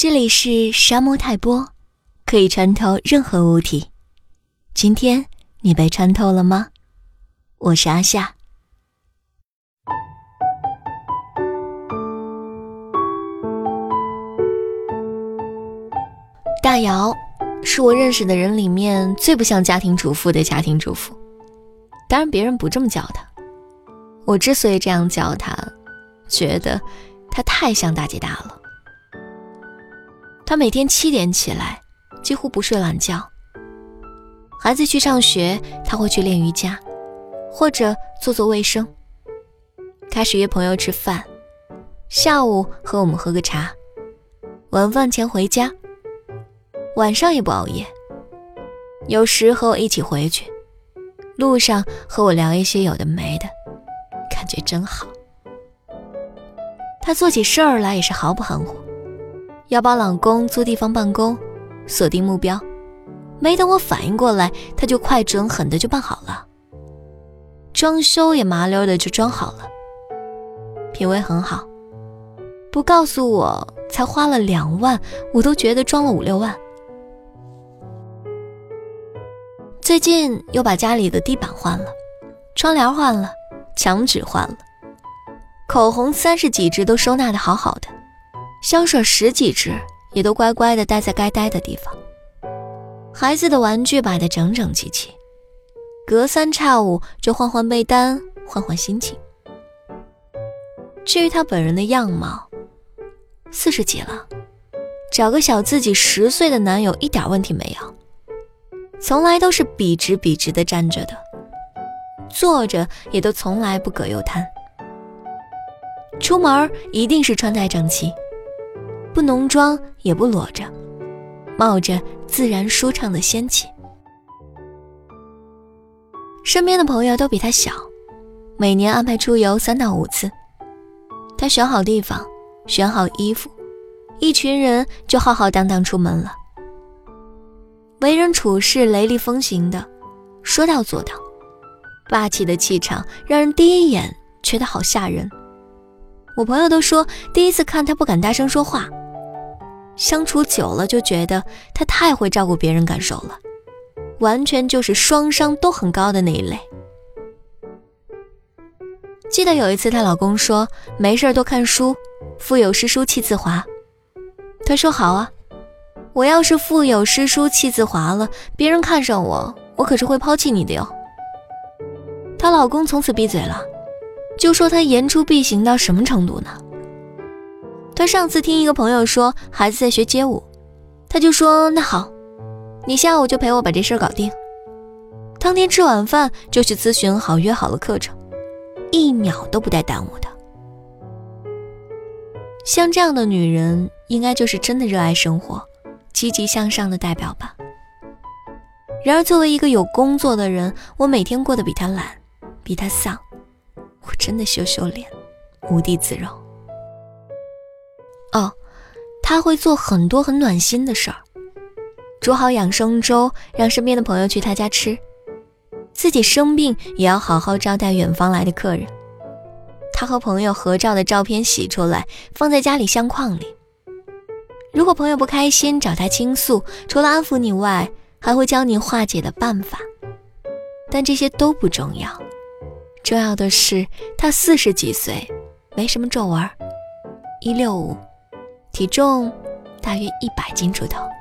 这里是沙漠泰波，可以穿透任何物体。今天你被穿透了吗？我是阿夏。大姚是我认识的人里面最不像家庭主妇的家庭主妇，当然别人不这么叫她。我之所以这样叫她，觉得她太像大姐大了。她每天7点起来，几乎不睡懒觉。孩子去上学，她会去练瑜伽，或者做卫生。开始约朋友吃饭，下午和我们喝个茶，晚饭前回家，晚上也不熬夜。有时和我一起回去，路上和我聊一些有的没的，感觉真好。她做起事儿来也是毫不含糊，要帮老公租地方办公，锁定目标，没等我反应过来，她就快准狠的就办好了。装修也麻溜的就装好了，品味很好，不告诉我才花了2万，我都觉得装了5、6万。最近又把家里的地板换了，窗帘换了，墙纸换了，口红30几支都收纳得好好的，香水10几支也都乖乖地待在该待的地方，孩子的玩具摆得整整齐齐，隔3差5就换换被单，换换心情。至于他本人的样貌，40几了，找个小自己10岁的男友一点问题没有，从来都是笔直笔直地站着的，坐着也都从来不葛优瘫。出门一定是穿戴整齐，不浓妆也不裸着，冒着自然舒畅的仙气。身边的朋友都比他小，每年安排出游3到5次，他选好地方，选好衣服，一群人就浩浩荡荡出门了。为人处事雷厉风行的，说到做到，霸气的气场让人第一眼觉得好吓人。我朋友都说第一次看他不敢大声说话，相处久了就觉得他太会照顾别人感受了，完全就是双商都很高的那一类。记得有一次她老公说没事多看书，腹有诗书气自华。她说好啊，我要是腹有诗书气自华了，别人看上我，我可是会抛弃你的哟。她老公从此闭嘴了，就说她言出必行到什么程度呢？她上次听一个朋友说孩子在学街舞，她就说那好，你下午就陪我把这事儿搞定。当天吃晚饭就去咨询好约好了课程，1秒都不带耽误的。像这样的女人应该就是真的热爱生活，积极向上的代表吧。然而作为一个有工作的人，我每天过得比她懒，比她丧，我真的羞羞脸，无地自容。她会做很多很暖心的事儿，煮好养生粥让身边的朋友去她家吃，自己生病也要好好招待远方来的客人。她和朋友合照的照片洗出来放在家里相框里，如果朋友不开心找她倾诉，除了安抚你外，还会教你化解的办法。但这些都不重要，重要的是她40几岁，没什么皱纹，165，体重大约100斤出头。